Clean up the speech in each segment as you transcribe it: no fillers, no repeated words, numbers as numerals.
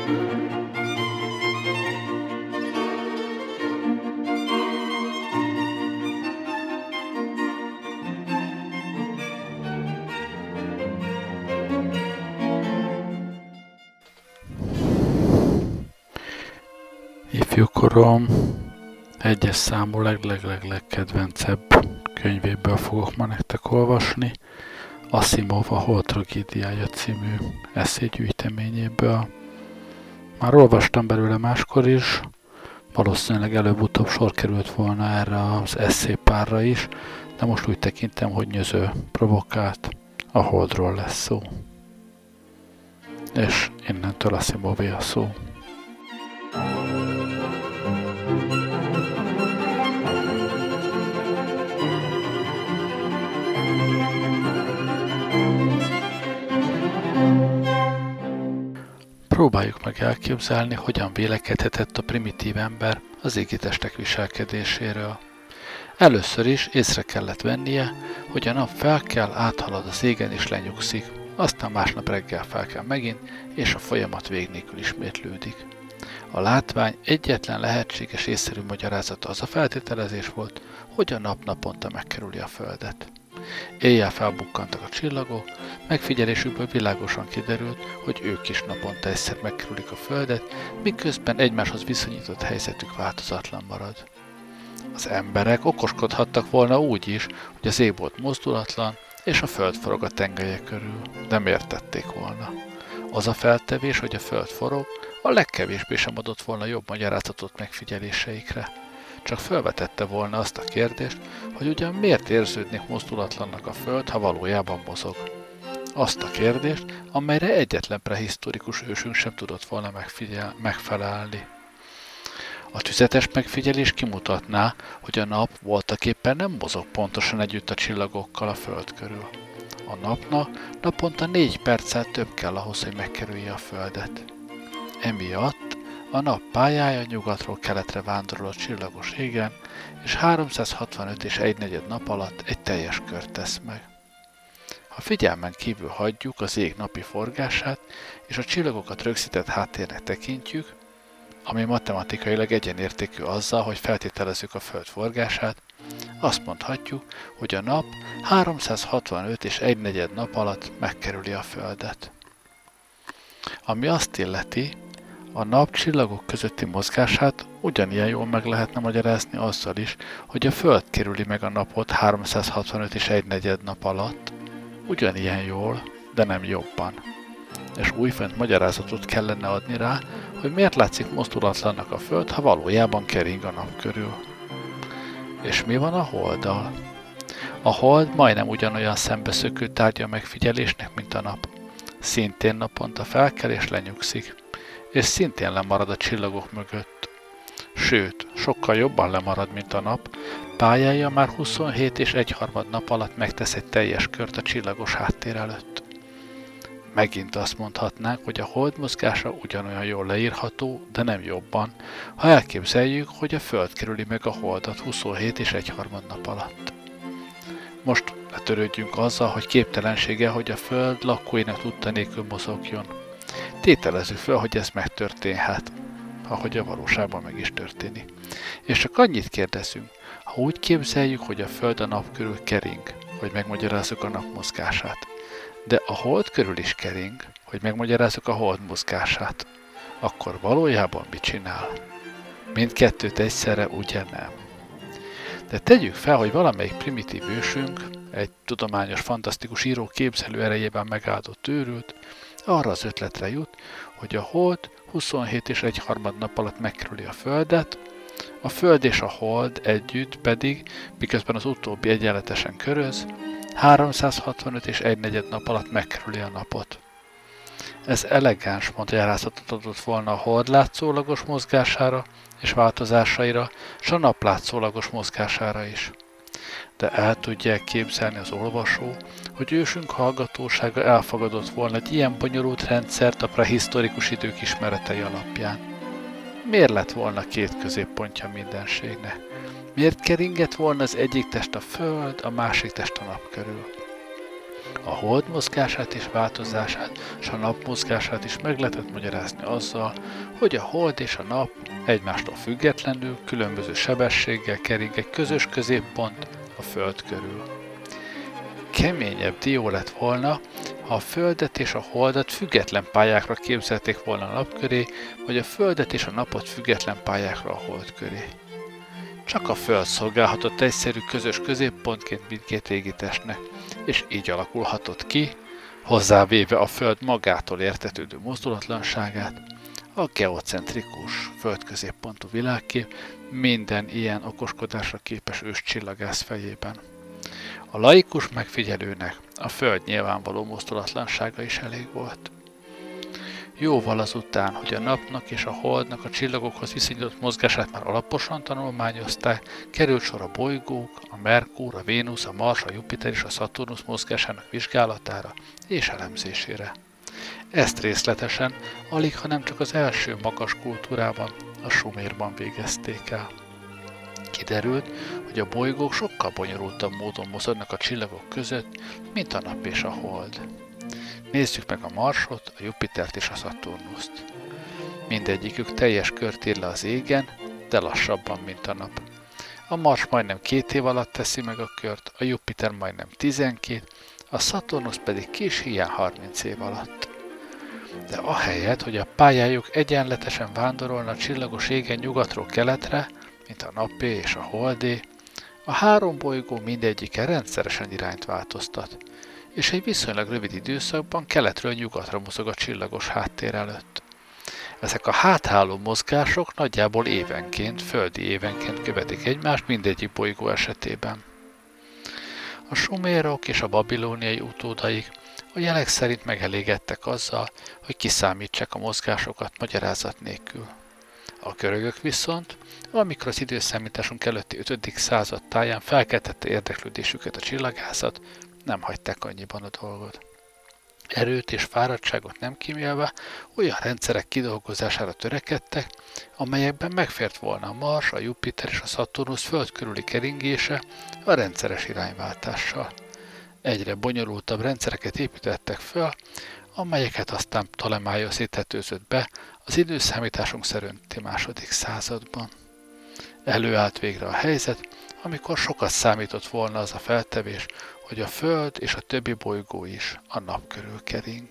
Ifjúkorom egyes számú legkedvencebb könyvéből fogok ma nektek olvasni, Asimov a Hold tragédiája című esszégyűjteményéből. Már olvastam belőle máskor is, valószínűleg előbb-utóbb sor került volna erre az esszépárra is, de most úgy tekintem, hogy Nyöző provokált, a Holdról lesz szó. És innentől Asimové a szó. Próbáljuk meg elképzelni, hogyan vélekedhetett a primitív ember az égitestek viselkedéséről. Először is észre kellett vennie, hogy a nap felkel, áthalad az égen és lenyugszik, aztán másnap reggel felkel megint, és a folyamat vég nélkül ismétlődik. A látvány egyetlen lehetséges észszerű magyarázata az a feltételezés volt, hogy a nap naponta megkerüli a Földet. Éjjel felbukkantak a csillagok, megfigyelésükből világosan kiderült, hogy ők is naponta egyszer megkerülik a Földet, miközben egymáshoz viszonyított helyzetük változatlan marad. Az emberek okoskodhattak volna úgy is, hogy az égbolt mozdulatlan, és a Föld forog a tengelye körül, de miért tették volna? Az a feltevés, hogy a Föld forog, a legkevésbé sem adott volna jobb magyarázatot megfigyeléseikre. Csak felvetette volna azt a kérdést, hogy ugyan miért érződnék mozdulatlannak a Föld, ha valójában mozog. Azt a kérdést, amelyre egyetlen prehisztorikus ősünk sem tudott volna megfelelni. A tüzetes megfigyelés kimutatná, hogy a nap voltaképpen nem mozog pontosan együtt a csillagokkal a Föld körül. A napnak naponta 4 perccel több kell ahhoz, hogy megkerülje a Földet. Emiatt a nap pályája nyugatról keletre vándorol a csillagos égen, és 365 és 1/4 nap alatt egy teljes kört tesz meg. Ha figyelmen kívül hagyjuk az ég napi forgását, és a csillagokat rögzített háttérnek tekintjük, ami matematikailag egyenértékű azzal, hogy feltételezzük a Föld forgását, azt mondhatjuk, hogy a nap 365 és 1/4 nap alatt megkerüli a Földet. Ami azt illeti, a nap csillagok közötti mozgását ugyanilyen jól meg lehetne magyarázni azzal is, hogy a Föld kerüli meg a napot 365 és 1/4 nap alatt, ugyanilyen jól, de nem jobban. És újfent magyarázatot kellene adni rá, hogy miért látszik mozdulatlannak a Föld, ha valójában kering a nap körül. És mi van a Holddal? A Hold majdnem ugyanolyan szembeszökő tárgya megfigyelésnek, mint a nap. Szintén naponta felkel és lenyugszik, és szintén lemarad a csillagok mögött. Sőt, sokkal jobban lemarad, mint a nap, pályája már 27 és 1/3 nap alatt megtesz egy teljes kört a csillagos háttér előtt. Megint azt mondhatnánk, hogy a Hold mozgása ugyanolyan jól leírható, de nem jobban, ha elképzeljük, hogy a Föld kerüli meg a Holdat 27 és 1/3 nap alatt. Most ne törődjünk azzal, hogy képtelensége, hogy a Föld lakóinak tudta nélkül mozogjon. Tételezzük fel, hogy ez megtörténhet, ahogy a valóságban meg is történik. És csak annyit kérdezünk, ha úgy képzeljük, hogy a Föld a nap körül kering, hogy megmagyarázzuk a nap mozgását, de a Hold körül is kering, hogy megmagyarázzuk a Hold mozgását, akkor valójában mit csinál? Mindkettőt egyszerre ugye nem. De tegyük fel, hogy valamelyik primitív ősünk, egy tudományos, fantasztikus író képzelő erejében megáldott őrült, arra az ötletre jut, hogy a Hold 27 és 1/3 nap alatt megkerüli a Földet, a Föld és a Hold együtt pedig, miközben az utóbbi egyenletesen köröz, 365 és 1/4 nap alatt megkerüli a napot. Ez elegáns magyarázatot adott volna a Hold látszólagos mozgására és változásaira, s a nap látszólagos mozgására is. De el tudják képzelni az olvasó, hogy ősünk hallgatósága elfogadott volna egy ilyen bonyolult rendszert a prehisztorikus idők ismeretei alapján. Miért lett volna két középpontja mindenségnek? Miért keringett volna az egyik test a Föld, a másik test a nap körül? A hold mozgását és változását, és a nap mozgását is meg lehetett magyarázni azzal, hogy a hold és a nap egymástól függetlenül, különböző sebességgel kering egy közös középpont a Föld körül. Keményebb dió lett volna, ha a Földet és a Holdat független pályákra képzelték volna a nap köré, vagy a Földet és a napot független pályákra a Hold köré. Csak a Föld szolgálhatott egyszerű közös középpontként mindkét égitestnek, és így alakulhatott ki, hozzávéve a Föld magától értetődő mozdulatlanságát, a geocentrikus, földközéppontú világkép minden ilyen okoskodásra képes őscsillagász fejében. A laikus megfigyelőnek a Föld nyilvánvaló mozdulatlansága is elég volt. Jóval azután, hogy a napnak és a holdnak a csillagokhoz viszonyított mozgását már alaposan tanulmányozták, került sor a bolygók, a Merkur, a Vénusz, a Mars, a Jupiter és a Szaturnusz mozgásának vizsgálatára és elemzésére. Ezt részletesen, alig ha nem csak az első magas kultúrában, a Sumérban végezték el. Kiderült, hogy a bolygók sokkal bonyolultabb módon mozognak a csillagok között, mint a nap és a hold. Nézzük meg a Marsot, a Jupitert és a Szaturnuszt. Mindegyikük teljes kört ír le az égen, de lassabban, mint a nap. A Mars majdnem 2 év alatt teszi meg a kört, a Jupiter majdnem 12, a Szaturnusz pedig kis híján 30 év alatt. De ahelyett, hogy a pályájuk egyenletesen vándorolna a csillagos égen nyugatról keletre, mint a napé és a holdé, a 3 bolygó mindegyike rendszeresen irányt változtat, és egy viszonylag rövid időszakban keletről nyugatra mozog a csillagos háttér előtt. Ezek a hátháló mozgások nagyjából évenként, földi évenként követik egymást mindegyik bolygó esetében. A sumérok és a babilóniai utódaik a jelek szerint megelégedtek azzal, hogy kiszámítsák a mozgásokat magyarázat nélkül. A görögök viszont, amikor az időszámításunk előtti 5. század táján felkeltette érdeklődésüket a csillagászat, nem hagyták annyiban a dolgot. Erőt és fáradtságot nem kímélve olyan rendszerek kidolgozására törekedtek, amelyekben megfért volna a Mars, a Jupiter és a Szaturnusz föld körüli keringése a rendszeres irányváltással. Egyre bonyolultabb rendszereket építettek föl, amelyeket aztán Ptolemaiosz tetőzött be az időszámításunk szerinti 2. században. Előállt végre a helyzet, amikor sokat számított volna az a feltevés, hogy a Föld és a többi bolygó is a nap körül kering.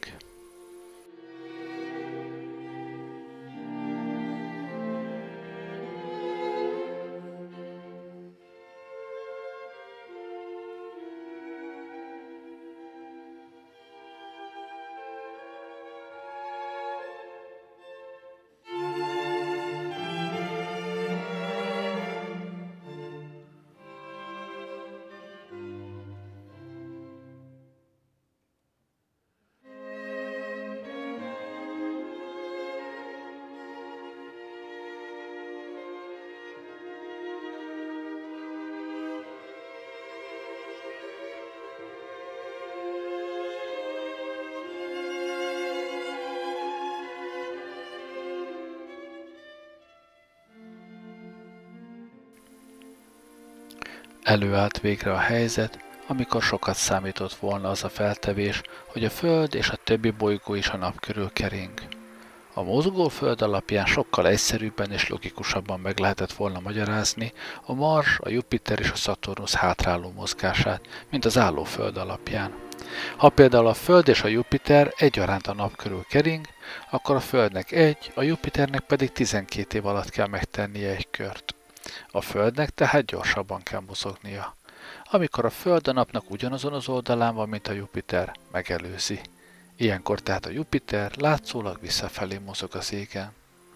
Előállt végre a helyzet, amikor sokat számított volna az a feltevés, hogy a Föld és a többi bolygó is a nap körül kering. A mozgó Föld alapján sokkal egyszerűbben és logikusabban meg lehetett volna magyarázni a Mars, a Jupiter és a Szaturnusz hátráló mozgását, mint az álló Föld alapján. Ha például a Föld és a Jupiter egyaránt a nap körül kering, akkor a Földnek 1, a Jupiternek pedig 12 év alatt kell megtennie egy kört. A Földnek tehát gyorsabban kell mozognia. Amikor a Föld a napnak ugyanazon az oldalán van, mint a Jupiter, megelőzi. Ilyenkor tehát a Jupiter látszólag visszafelé mozog az égen.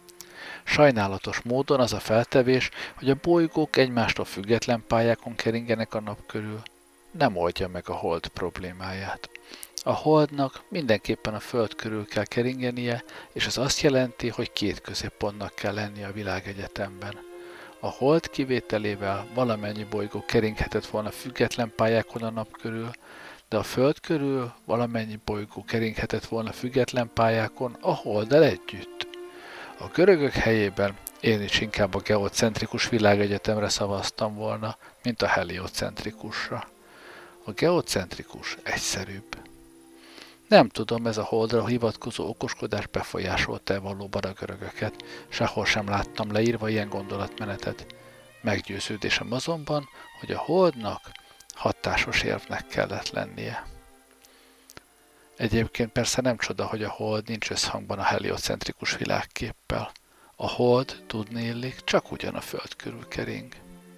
Sajnálatos módon az a feltevés, hogy a bolygók egymástól független pályákon keringenek a nap körül, nem oldja meg a hold problémáját. A holdnak mindenképpen a Föld körül kell keringenie, és ez azt jelenti, hogy 2 középpontnak kell lennie a világegyetemben. A hold kivételével valamennyi bolygó keringhetett volna független pályákon a nap körül, de a Föld körül valamennyi bolygó keringhetett volna független pályákon a holddal együtt. A görögök helyében én is inkább a geocentrikus világegyetemre szavaztam volna, mint a heliocentrikusra. A geocentrikus egyszerűbb. Nem tudom, ez a holdra hivatkozó okoskodás befolyásolta-e valóban a görögöket, sehol sem láttam leírva ilyen gondolatmenetet. Meggyőződésem azonban, hogy a holdnak hatásos érvnek kellett lennie. Egyébként persze nem csoda, hogy a hold nincs összhangban a heliocentrikus világképpel. A hold, tudniillik, csak ugyan a Föld körül kering.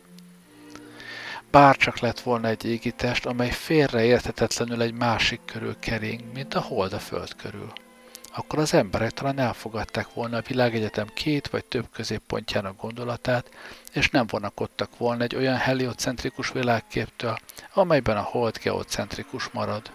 Bárcsak lett volna egy égitest, amely félreérthetetlenül egy másik körül kering, mint a hold a Föld körül, akkor az emberek talán elfogadták volna a világegyetem két vagy több középpontjának gondolatát, és nem vonakodtak volna egy olyan heliocentrikus világképtől, amelyben a hold geocentrikus marad.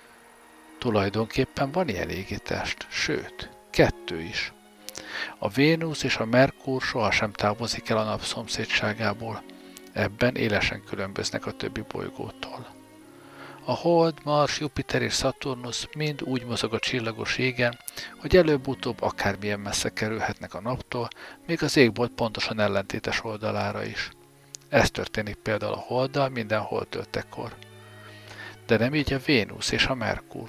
Tulajdonképpen van ilyen égitest, sőt, kettő is. A Vénusz és a Merkur sohasem távozik el a nap szomszédságából. Ebben élesen különböznek a többi bolygótól. A Hold, Mars, Jupiter és Szaturnusz mind úgy mozog a csillagos égen, hogy előbb-utóbb akármilyen messze kerülhetnek a naptól, még az égbolt pontosan ellentétes oldalára is. Ez történik például a Holddal minden holdtöltekor. De nem így a Vénusz és a Merkur.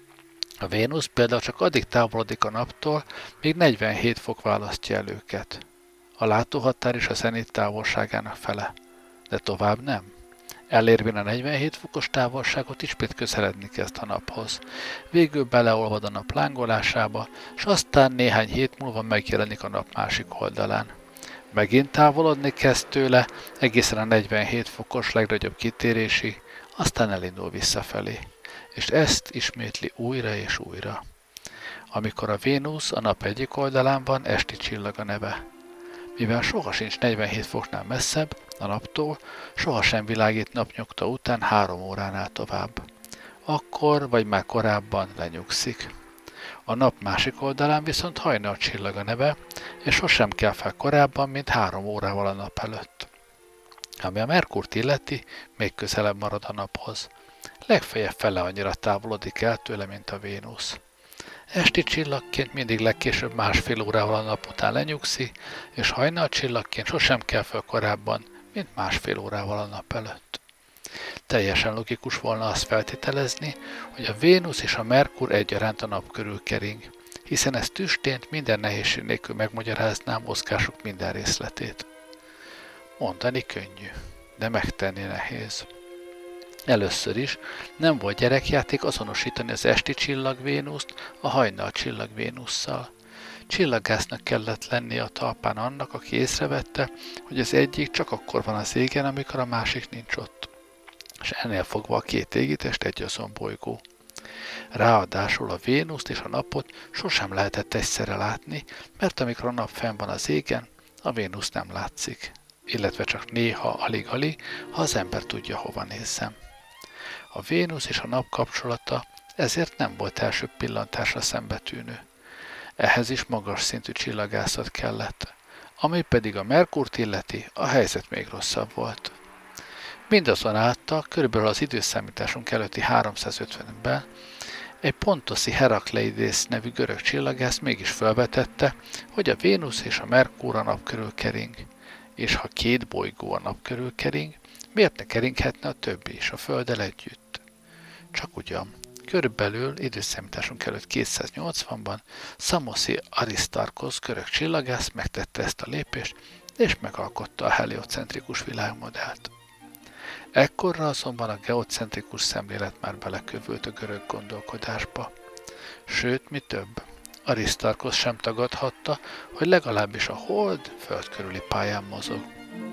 A Vénusz például csak addig távolodik a naptól, míg 47 fok választja el őket. A látóhatár is a zenit távolságának fele. De tovább nem. Elérvén a 47 fokos távolságot ismét közeledni kezd a naphoz. Végül beleolvad a nap lángolásába, s aztán néhány hét múlva megjelenik a nap másik oldalán. Megint távolodni kezd tőle, egészen a 47 fokos legnagyobb kitérésig, aztán elindul visszafelé. És ezt ismétli újra és újra. Amikor a Vénusz a nap egyik oldalán van, esti csillag a neve. Mivel soha sincs 47 foknál messzebb a naptól, sohasem világít napnyugta után 3 óránál tovább. Akkor, vagy már korábban lenyugszik. A nap másik oldalán viszont hajnal csillag a neve, és sosem kell fel korábban, mint 3 órával a nap előtt. Ami a Merkurt illeti, még közelebb marad a naphoz. Legfeljebb fele annyira távolodik el tőle, mint a Vénusz. Esti csillagként mindig legkésőbb másfél órával a nap után lenyugszik, és hajnal csillagként sosem kell fel korábban, mint másfél órával a nap előtt. Teljesen logikus volna azt feltételezni, hogy a Vénusz és a Merkur egyaránt a nap körül kering, hiszen ez tüstént minden nehézség nélkül megmagyarázná a mozgásuk minden részletét. Mondani könnyű, de megtenni nehéz. Először is nem volt gyerekjáték azonosítani az esti csillag Vénuszt a hajnal csillag Vénusszal. Csillaggásznak kellett lennie a talpán annak, aki észrevette, hogy az egyik csak akkor van az égen, amikor a másik nincs ott. És ennél fogva a két égitest egyazon bolygó. Ráadásul a Vénuszt és a napot sosem lehetett egyszerre látni, mert amikor a nap fenn van az égen, a Vénusz nem látszik, illetve csak néha alig-alig, ha az ember tudja, hova nézzem. A Vénusz és a nap kapcsolata ezért nem volt első pillantásra szembetűnő. Ehhez is magas szintű csillagászat kellett, ami pedig a Merkurt illeti, a helyzet még rosszabb volt. Mindazonáltal körülbelül az időszámításunk előtti 350-ben egy pontoszi Herakleides nevű görög csillagász mégis felvetette, hogy a Vénusz és a Merkur a nap körül kering, és ha két bolygó a nap körül kering, miért ne keringhetne a többi is a Földdel együtt? Csak ugyan, körülbelül időszámításunk előtt 280-ban Szamoszi Arisztarkosz görög csillagász megtette ezt a lépést, és megalkotta a heliocentrikus világmodellt. Ekkorra azonban a geocentrikus szemlélet már belekövült a görög gondolkodásba. Sőt, mi több, Arisztarkosz sem tagadhatta, hogy legalábbis a hold föld körüli pályán mozog.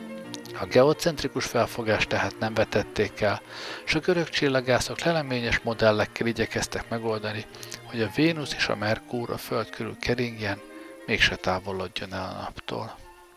A geocentrikus felfogást tehát nem vetették el, s a görög csillagászok leleményes modellekkel igyekeztek megoldani, hogy a Vénusz és a Merkur a föld körül keringjen, mégse távolodjon el a naptól.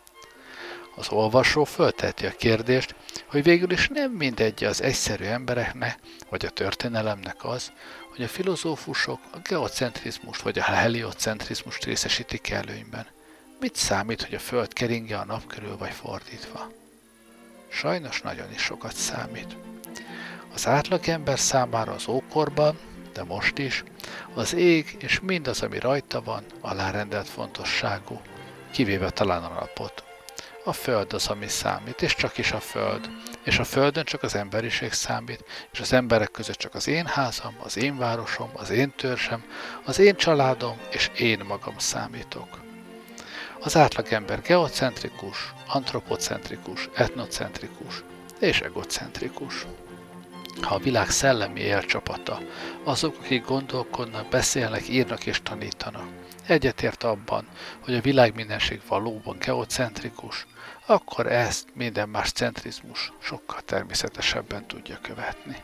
Az olvasó fölteheti a kérdést, hogy végül is nem mindegy az egyszerű embereknek, vagy a történelemnek az, hogy a filozófusok a geocentrizmust vagy a heliocentrizmust részesítik előnyben. Mit számít, hogy a föld keringje a nap körül, vagy fordítva? Sajnos nagyon is sokat számít. Az átlagember számára az ókorban, de most is, az ég és mindaz, ami rajta van, alárendelt fontosságú, kivéve talán a napot. A Föld az, ami számít, és csak is a Föld. És a Földön csak az emberiség számít, és az emberek között csak az én házam, az én városom, az én törzsem, az én családom, és én magam számítok. Az átlagember geocentrikus, antropocentrikus, etnocentrikus és egocentrikus. Ha a világ szellemi élcsapata, azok, akik gondolkodnak, beszélnek, írnak és tanítanak, egyetért abban, hogy a világ mindenség valóban geocentrikus, akkor ezt minden más centrizmus sokkal természetesebben tudja követni.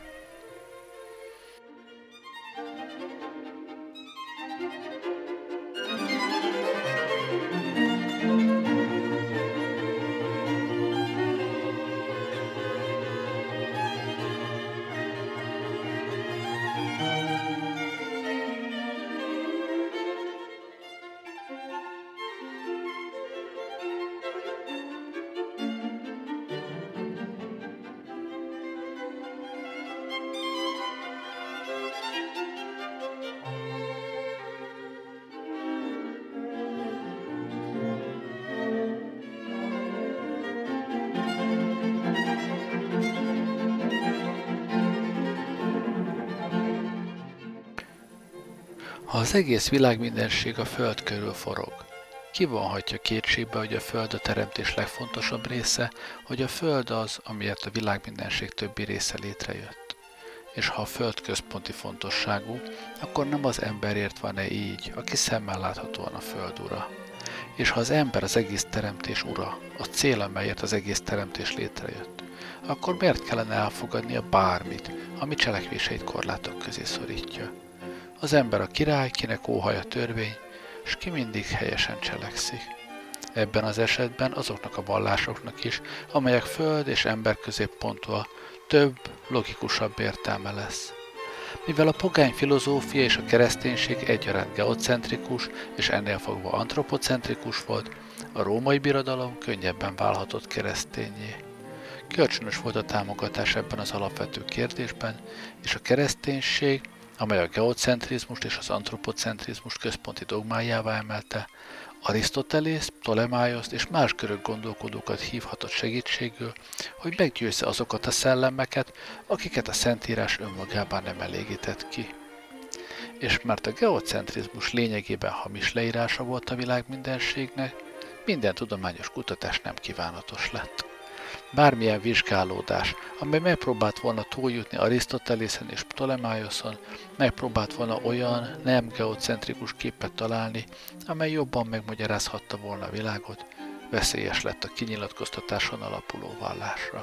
Ha az egész világmindenség a Föld körül forog, ki vonhatja kétségbe, hogy a Föld a teremtés legfontosabb része, hogy a Föld az, amiért a világmindenség többi része létrejött. És ha a Föld központi fontosságú, akkor nem az emberért van-e így, aki szemmel láthatóan a Föld ura. És ha az ember az egész teremtés ura, a cél, amelyért az egész teremtés létrejött, akkor miért kellene elfogadnia bármit, ami cselekvéseit korlátok közé szorítja? Az ember a király, kinek óhaj a törvény, s ki mindig helyesen cselekszik. Ebben az esetben azoknak a vallásoknak is, amelyek föld és ember középpontúak, több, logikusabb értelme lesz. Mivel a pogány filozófia és a kereszténység egyaránt geocentrikus és ennél fogva antropocentrikus volt, a római birodalom könnyebben válhatott kereszténnyé. Kölcsönös volt a támogatás ebben az alapvető kérdésben, és a kereszténység, amely a geocentrizmust és az antropocentrizmust központi dogmájává emelte, Arisztotelészt, Ptolemaioszt és más görög gondolkodókat hívhatott segítségül, hogy meggyőzze azokat a szellemeket, akiket a Szentírás önmagában nem elégített ki. És mert a geocentrizmus lényegében hamis leírása volt a világ mindenségnek, minden tudományos kutatás nem kívánatos lett. Bármilyen vizsgálódás, amely megpróbált volna túljutni Arisztotelészen és Ptolemaioszon, megpróbált volna olyan nem geocentrikus képet találni, amely jobban megmagyarázhatta volna a világot, veszélyes lett a kinyilatkoztatáson alapuló vallásra.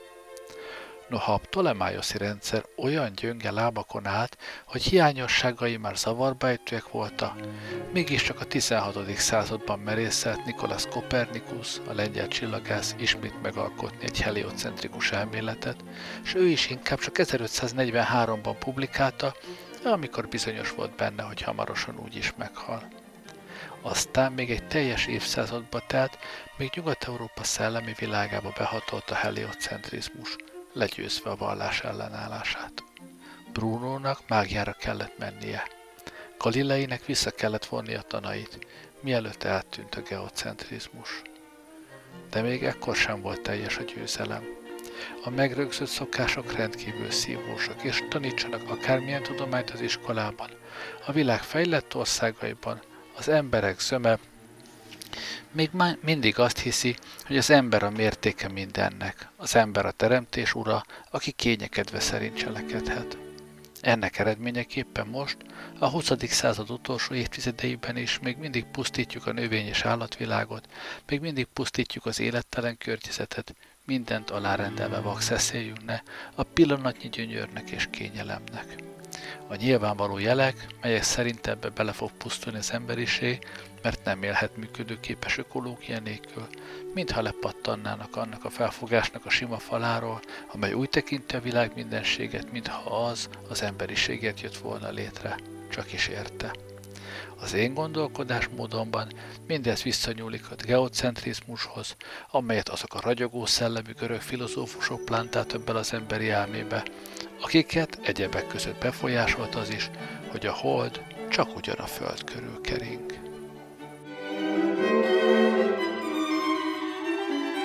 Noha a ptolemaiszi rendszer olyan gyönge lábakon állt, hogy hiányosságai már zavarba ejtőek voltak, mégiscsak a 16. században merészelt Nikolasz Kopernikusz, a lengyel csillagász ismét megalkotni egy heliocentrikus elméletet, s ő is inkább csak 1543-ban publikálta, amikor bizonyos volt benne, hogy hamarosan úgyis meghal. Aztán még egy teljes évszázadba telt, még Nyugat-Európa szellemi világába behatolt a heliocentrizmus, legyőzve a vallás ellenállását. Brunónak mágiára kellett mennie. Galileinek vissza kellett vonni a tanait, mielőtt eltűnt a geocentrizmus. De még ekkor sem volt teljes a győzelem. A megrögzött szokások rendkívül szívósak, és tanítsanak akármilyen tudományt az iskolában. A világ fejlett országaiban az emberek zöme még mindig azt hiszi, hogy az ember a mértéke mindennek, az ember a teremtés ura, aki kényekedve szerint cselekedhet. Ennek eredményeképpen most, a 20. század utolsó évtizedeiben is még mindig pusztítjuk a növény- és állatvilágot, még mindig pusztítjuk az élettelen környezetet, mindent alárendelve vakszeszélyünknek, a pillanatnyi gyönyörnek és kényelemnek. A nyilvánvaló jelek, melyek szerint ebbe bele fog pusztulni az emberiség, mert nem élhet működőképes ökológia nélkül, mintha lepattannának annak a felfogásnak a sima faláról, amely úgy tekinti a világ mindenséget, mintha az emberiséget jött volna létre, csak is érte. Az én gondolkodásmódomban mindez visszanyúlik a geocentrizmushoz, amelyet azok a ragyogó szellemű görög filozófusok plántáltak bele az emberi elmébe, akiket egyebek között befolyásolt az is, hogy a hold csak ugyan a föld körül kering.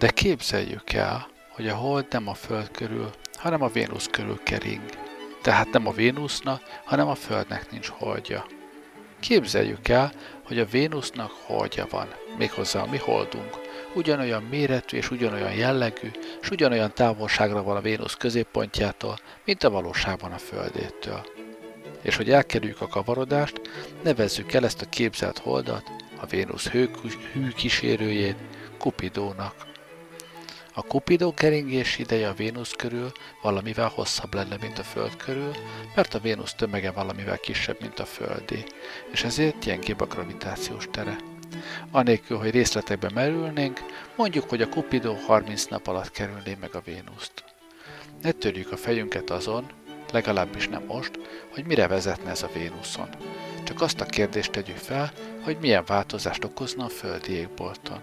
De képzeljük el, hogy a hold nem a Föld körül, hanem a Vénusz körül kering. Tehát nem a Vénusznak, hanem a Földnek nincs holdja. Képzeljük el, hogy a Vénusznak holdja van, méghozzá a mi holdunk. Ugyanolyan méretű és ugyanolyan jellegű, és ugyanolyan távolságra van a Vénusz középpontjától, mint a valóságban a Földétől. És hogy elkerüljük a kavarodást, nevezzük el ezt a képzelt holdat, a Vénusz hű kísérőjét, Kupidónak. A Kupidó keringés ideje a Vénusz körül valamivel hosszabb lenne, mint a Föld körül, mert a Vénusz tömege valamivel kisebb, mint a Földé, és ezért gyengébb a gravitációs tere. Anélkül, hogy részletekbe merülnénk, mondjuk, hogy a Kupidó 30 nap alatt kerülné meg a Vénuszt. Ne törjük a fejünket azon, legalábbis nem most, hogy mire vezetne ez a Vénuszon. Csak azt a kérdést tegyük fel, hogy milyen változást okozna a földi égbolton.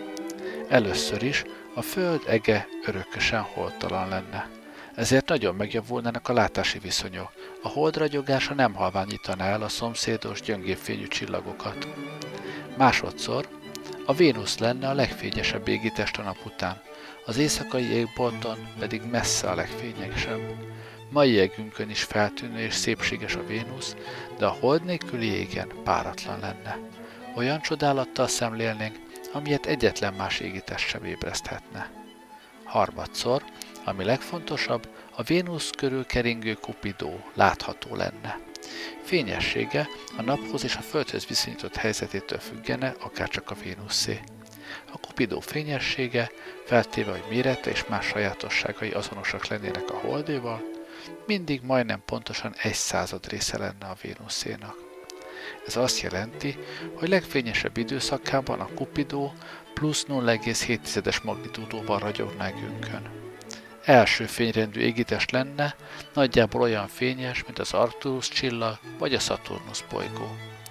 Először is a Föld ege örökösen holdtalan lenne. Ezért nagyon megjavulnának a látási viszonyok. A hold ragyogása nem halványítaná el a szomszédos gyöngébb fényű csillagokat. Másodszor, a Vénusz lenne a legfényesebb égitest a nap után, az éjszakai égbolton pedig messze a legfényesebb. Mai égünkön is feltűnő és szépséges a Vénusz, de a hold nélküli égen páratlan lenne. Olyan csodálattal szemlélnénk, amilyet egyetlen más égitest sem ébreszthetne. Harmadszor, ami legfontosabb, a Vénusz körül keringő Kupidó látható lenne. Fényessége a naphoz és a Földhöz viszonyított helyzetétől függene, akárcsak a Vénuszé. A Kupidó fényessége, feltéve, hogy mérete és más sajátosságai azonosak lennének a holdéval, mindig majdnem pontosan 1/100 része lenne a Vénuszénak. Ez azt jelenti, hogy legfényesebb időszakában a Kupidó plusz 0,7 magnitúdóval ragyogna égünkön. Első fényrendű égitest lenne, nagyjából olyan fényes, mint az Arcturus csillag vagy a Szaturnusz bolygó.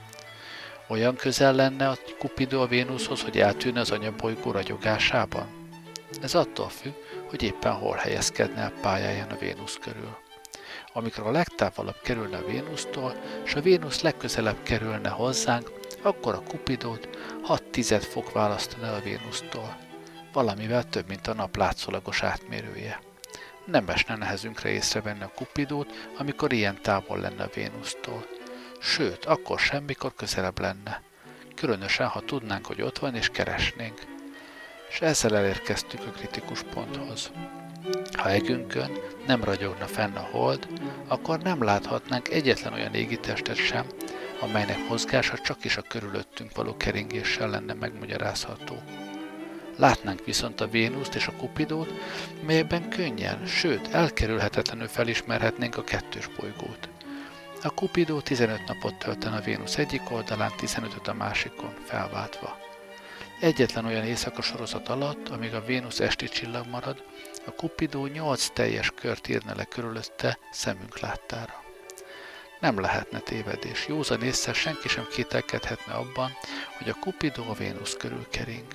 Olyan közel lenne a Kupidó a Vénuszhoz, hogy eltűnne az anyabolygó ragyogásában? Ez attól függ, hogy éppen hol helyezkedne a pályáján a Vénusz körül. Amikor a legtávolabb kerülne a Vénusztól, és a Vénusz legközelebb kerülne hozzánk, akkor a Kupidót 6 fok választana a Vénusztól. Valamivel több, mint a nap látszólagos átmérője. Nem esne nehezünkre észrevenni a Kupidót, amikor ilyen távol lenne a Vénusztól. Sőt, akkor semmikor közelebb lenne. Különösen, ha tudnánk, hogy ott van és keresnénk. És ezzel elérkeztük a kritikus ponthoz. Ha égünkön nem ragyogna fenn a hold, akkor nem láthatnánk egyetlen olyan égitestet sem, amelynek mozgása csak is a körülöttünk való keringéssel lenne megmagyarázható. Látnánk viszont a Vénuszt és a Kupidót, melyben könnyen, sőt elkerülhetetlenül felismerhetnénk a kettős bolygót. A Kupidó 15 napot töltene a Vénusz egyik oldalán, 15-öt a másikon, felváltva. Egyetlen olyan éjszaka sorozat alatt, amíg a Vénusz esti csillag marad, a Kupidó 8 teljes kört írna le körülötte szemünk láttára. Nem lehetne tévedés, józan ésszel senki sem kételkedhetne abban, hogy a Kupidó a Vénusz körül kering.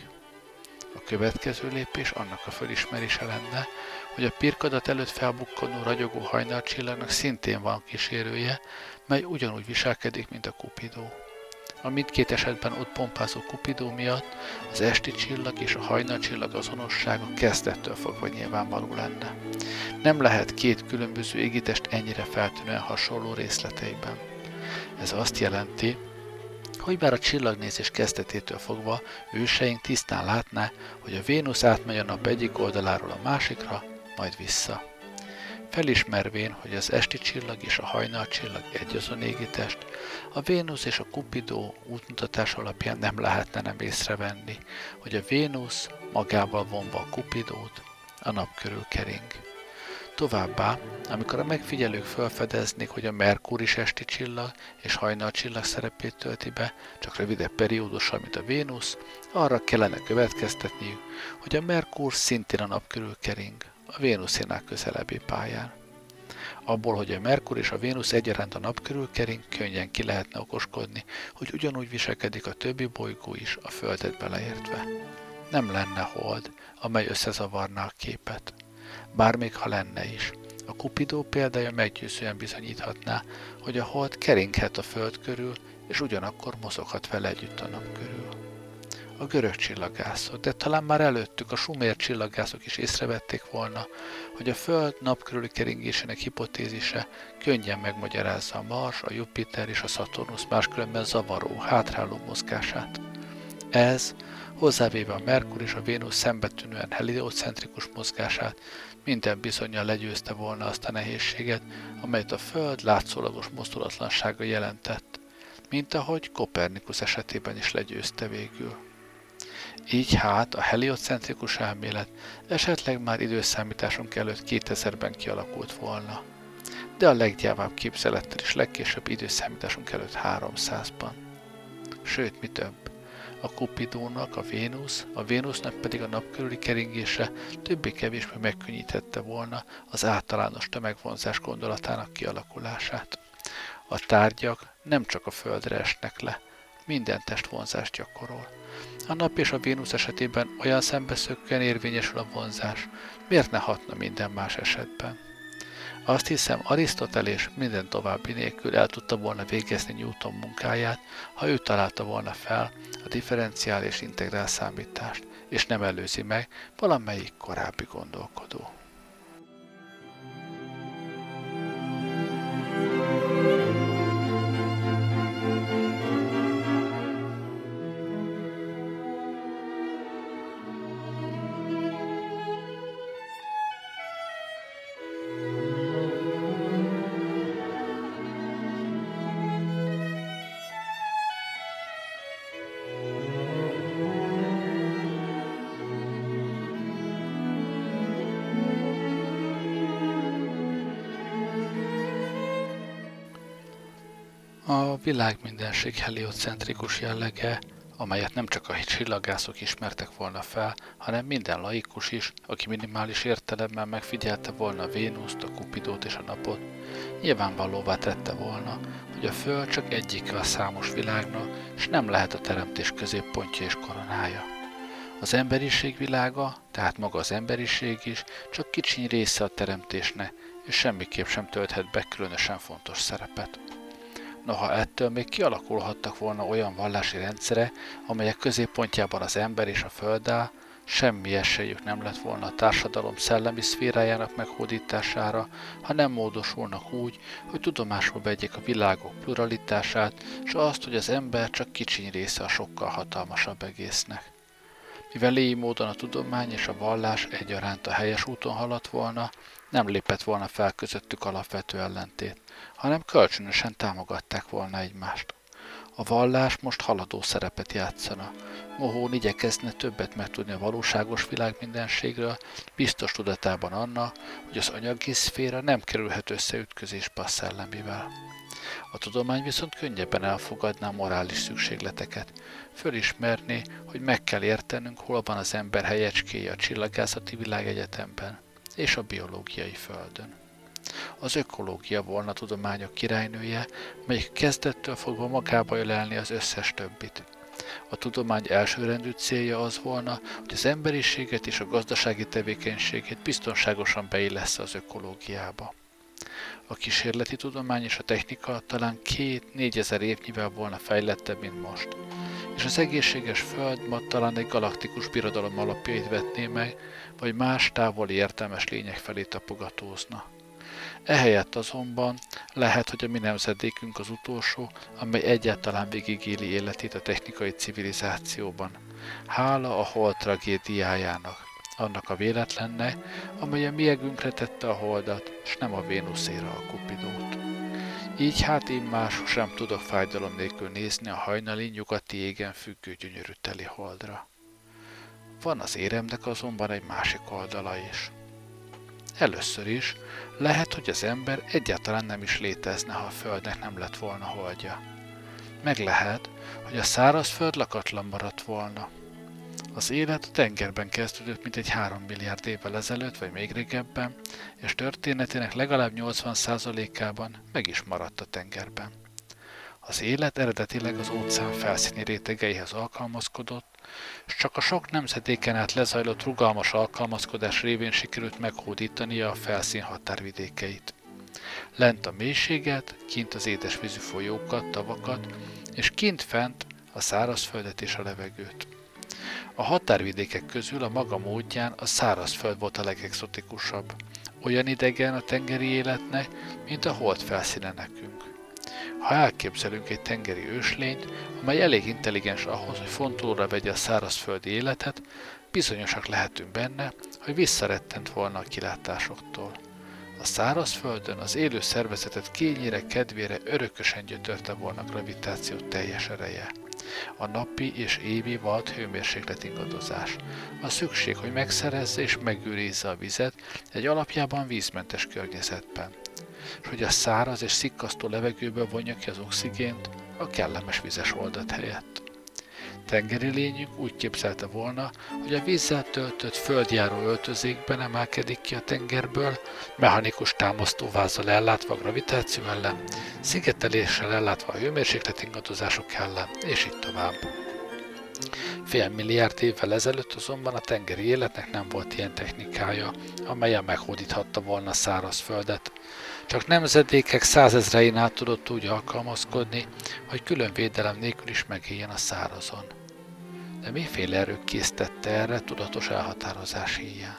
A következő lépés annak a fölismerése lenne, hogy a pirkadat előtt felbukkanó ragyogó hajnalcsillagnak szintén van kísérője, mely ugyanúgy viselkedik, mint a Kupidó. A mindkét esetben ott pompázó Kupidó miatt az esti csillag és a hajnalcsillag azonossága kezdettől fogva nyilvánvaló lenne. Nem lehet két különböző égitest ennyire feltűnően hasonló részleteiben. Ez azt jelenti, hogy bár a csillagnézés kezdetétől fogva őseink tisztán látná, hogy a Vénusz átmegy a nap egyik oldaláról a másikra, majd vissza. Felismervén, hogy az esti csillag és a hajnalcsillag egyazon égitest, a Vénusz és a Kupidó útmutatás alapján nem lehetne nem észrevenni, hogy a Vénusz magával vonva a Kupidót a nap körül kering. Továbbá, amikor a megfigyelők felfedeznék, hogy a Merkur is esti csillag és hajnalcsillag szerepét tölti be, csak rövidebb periódussal, mint a Vénusz, arra kellene következtetniük, hogy a Merkur szintén a nap körül kering, a Vénuszénál közelebbi pályán. Abból, hogy a Merkur és a Vénusz egyaránt a nap körül kering, könnyen ki lehetne okoskodni, hogy ugyanúgy viselkedik a többi bolygó is, a Földet beleértve. Nem lenne hold, amely összezavarná a képet. Bár még ha lenne is. A Kupidó példája meggyőzően bizonyíthatná, hogy a hold keringhet a Föld körül, és ugyanakkor mozoghat vele együtt a nap körül. a görög csillagászok, de talán már előttük a sumer csillagászok is észrevették volna, hogy a Föld nap körüli keringésének hipotézise könnyen megmagyarázza a Mars, a Jupiter és a Szaturnusz máskülönben zavaró, hátráló mozgását. Ez, hozzávéve a Merkur és a Vénusz szembetűnően heliocentrikus mozgását, minden bizonnyal legyőzte volna azt a nehézséget, amelyet a Föld látszólagos mozdulatlansága jelentett, mint ahogy Kopernikusz esetében is legyőzte végül. Így hát a heliocentrikus elmélet esetleg már időszámításunk előtt 2000-ben kialakult volna, de a leggyávább képzelettel is legkésőbb időszámításunk előtt 300-ban. Sőt, mi több, a Cupidónak a Vénusznak pedig a nap körüli keringése többé-kevésbé megkönnyítette volna az általános tömegvonzás gondolatának kialakulását. A tárgyak nem csak a Földre esnek le, minden testvonzást gyakorol. A nap és a Vénusz esetében olyan szembeszökkően érvényesül a vonzás, miért ne hatna minden más esetben? Azt hiszem, Arisztotelés minden további nélkül el tudta volna végezni Newton munkáját, ha ő találta volna fel a differenciál és integrál számítást, és nem előzi meg valamelyik korábbi gondolkodó. A világmindenség heliocentrikus jellege, amelyet nem csak a csillagászok ismertek volna fel, hanem minden laikus is, aki minimális értelemmel megfigyelte volna a Vénuszt, a Cupidót és a napot, nyilvánvalóvá tette volna, hogy a Föld csak egyike a számos világnak, és nem lehet a teremtés középpontja és koronája. Az emberiség világa, tehát maga az emberiség is, csak kicsiny része a teremtésnek, és semmiképp sem tölthet be különösen fontos szerepet. Noha ettől még kialakulhattak volna olyan vallási rendszere, amelyek középpontjában az ember és a Föld áll, semmi esélyük nem lett volna a társadalom szellemi szférájának meghódítására, ha nem módosulnak úgy, hogy tudomásul vegyék a világok pluralitását, és azt, hogy az ember csak kicsiny része a sokkal hatalmasabb egésznek. Mivel így módon a tudomány és a vallás egyaránt a helyes úton haladt volna, nem lépett volna fel közöttük alapvető ellentét, hanem kölcsönösen támogatták volna egymást. A vallás most haladó szerepet játszana. Mohón igyekezne többet megtudni a valóságos világ mindenségről, biztos tudatában annak, hogy az anyagi szféra nem kerülhet összeütközésbe a szellemivel. A tudomány viszont könnyebben elfogadná a morális szükségleteket. Fölismerné, hogy meg kell értenünk, hol van az ember helyecskéje a csillagászati világegyetemben és a biológiai földön. Az ökológia volna a tudományok királynője, melyik kezdettől fogva magába ölelni az összes többit. A tudomány elsőrendű célja az volna, hogy az emberiséget és a gazdasági tevékenységét biztonságosan beillessze az ökológiába. A kísérleti tudomány és a technika talán 2-4 évnyivel volna fejlettebb, mint most, és az egészséges Föld ma talán egy galaktikus birodalom alapjait vetné meg, vagy más távoli értelmes lények felé tapogatózna. Ehelyett azonban lehet, hogy a mi nemzedékünk az utolsó, amely egyáltalán végigéli életét a technikai civilizációban. Hála a hold tragédiájának, annak a véletlennek, amely a miegünkre tette a holdat, s nem a Vénuszéra a Cupidót. Így hát én más sem tudok fájdalom nélkül nézni a hajnali nyugati égen függő gyönyörű teli holdra. Van az éremnek azonban egy másik oldala is. Először is lehet, hogy az ember egyáltalán nem is létezne, ha a Földnek nem lett volna holdja. Meg lehet, hogy a szárazföld lakatlan maradt volna. Az élet a tengerben kezdődött mintegy 3 milliárd évvel ezelőtt, vagy még régebben, és történetének legalább 80%-ában meg is maradt a tengerben. Az élet eredetileg az óceán felszíni rétegeihez alkalmazkodott, és csak a sok nemzedéken át lezajlott rugalmas alkalmazkodás révén sikerült meghódítania a felszín határvidékeit. Lent a mélységet, kint az édesvízű folyókat, tavakat, és kint fent a szárazföldet és a levegőt. A határvidékek közül a maga módján a szárazföld volt a legexotikusabb. Olyan idegen a tengeri életnek, mint a hold felszíne nekünk. Ha elképzelünk egy tengeri őslényt, amely elég intelligens ahhoz, hogy fontolóra vegye a szárazföldi életet, bizonyosak lehetünk benne, hogy visszarettent volna a kilátásoktól. A szárazföldön az élő szervezetet kényére, kedvére örökösen gyötörte volna a gravitáció teljes ereje. A napi és évi vad hőmérséklet ingadozás. A szükség, hogy megszerezze és megőrizze a vizet egy alapjában vízmentes környezetben. És hogy a száraz és szikkasztó levegőből vonja ki az oxigént a kellemes vizes oldat helyett. Tengeri lényünk úgy képzelte volna, hogy a vízzel töltött földjáró öltözékben emelkedik ki a tengerből, mechanikus támasztóvázzal ellátva a gravitáció ellen, szigeteléssel ellátva a hőmérséklet ingadozások ellen, és így tovább. Fél milliárd évvel ezelőtt azonban a tengeri életnek nem volt ilyen technikája, amellyel meghódíthatta volna a szárazföldet. Csak nemzedékek százezrein át tudott úgy alkalmazkodni, hogy külön védelem nélkül is megéljen a szárazon. De miféle erő késztette erre tudatos elhatározás híján?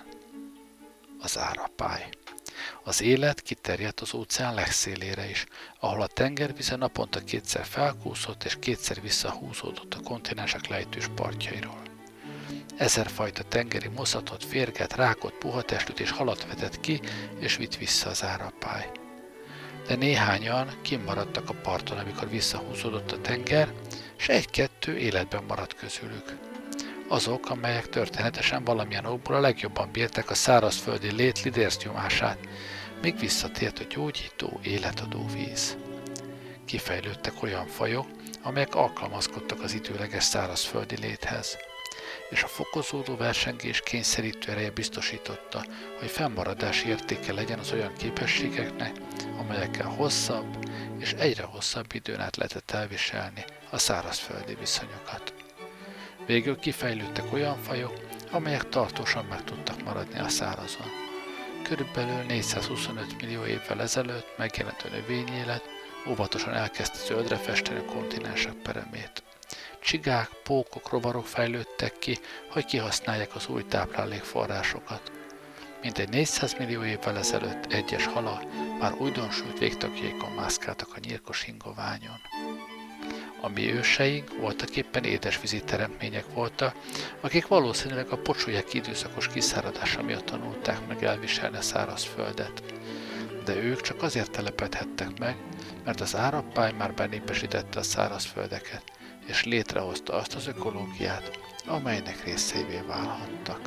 Az árapály. Az élet kiterjedt az óceán legszélére is, ahol a tengervize naponta kétszer felkúszott és kétszer visszahúzódott a kontinensek lejtős partjairól. Ezerfajta tengeri moszatot, férget, rákot, puhatestűt és halat vetett ki és vitt vissza az árapály. De néhányan kimaradtak a parton, amikor visszahúzódott a tenger, s egy-kettő életben maradt közülük. Azok, amelyek történetesen valamilyen okból a legjobban bírták a szárazföldi lét lidércnyomását, míg visszatért a gyógyító, életadó víz. Kifejlődtek olyan fajok, amelyek alkalmazkodtak az időleges szárazföldi léthez, és a fokozódó versengés kényszerítő ereje biztosította, hogy fennmaradási értéke legyen az olyan képességeknek, amelyekkel hosszabb és egyre hosszabb időn át lehetett elviselni a szárazföldi viszonyokat. Végül kifejlődtek olyan fajok, amelyek tartósan meg tudtak maradni a szárazon. Körülbelül 425 millió évvel ezelőtt megjelent a növényélet, óvatosan elkezdte zöldre festeni a kontinensek peremét. Csigák, pókok, rovarok fejlődtek ki, hogy kihasználják az új táplálékforrásokat. Mintegy 400 millió évvel ezelőtt egyes halak már újdonsült végtagjaikon mászkáltak a nyírkos ingoványon. A mi őseink voltak éppen édesvízi teremtmények voltak, akik valószínűleg a pocsolyák időszakos kiszáradása miatt tanulták meg elviselni a szárazföldet. De ők csak azért telepedhettek meg, mert az árapály már benépesítette a szárazföldeket, és létrehozta azt az ökológiát, amelynek részeivé válhattak.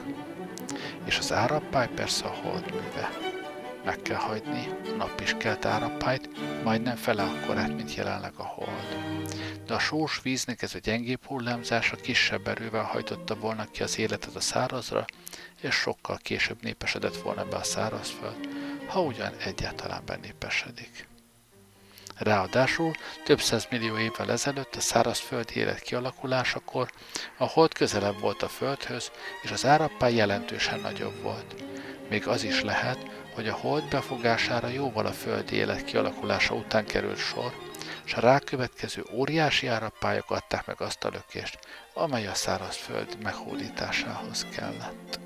És az árapály persze a hold műve. Meg kell hagyni a nap is kelt árapályt, majdnem fele akkorát, mint jelenleg a hold. De a sós víznek ez a gyengébb hullámzása kisebb erővel hajtotta volna ki az életet a szárazra, és sokkal később népesedett volna be a szárazföld, ha ugyan egyáltalán benépesedik. Ráadásul több százmillió évvel ezelőtt a szárazföldi élet kialakulásakor a hold közelebb volt a földhöz, és az árapály jelentősen nagyobb volt. Még az is lehet, hogy a hold befogására jóval a földi élet kialakulása után került sor, és a rákövetkező óriási árapályok adták meg azt a lökést, amely a szárazföld meghódításához kellett.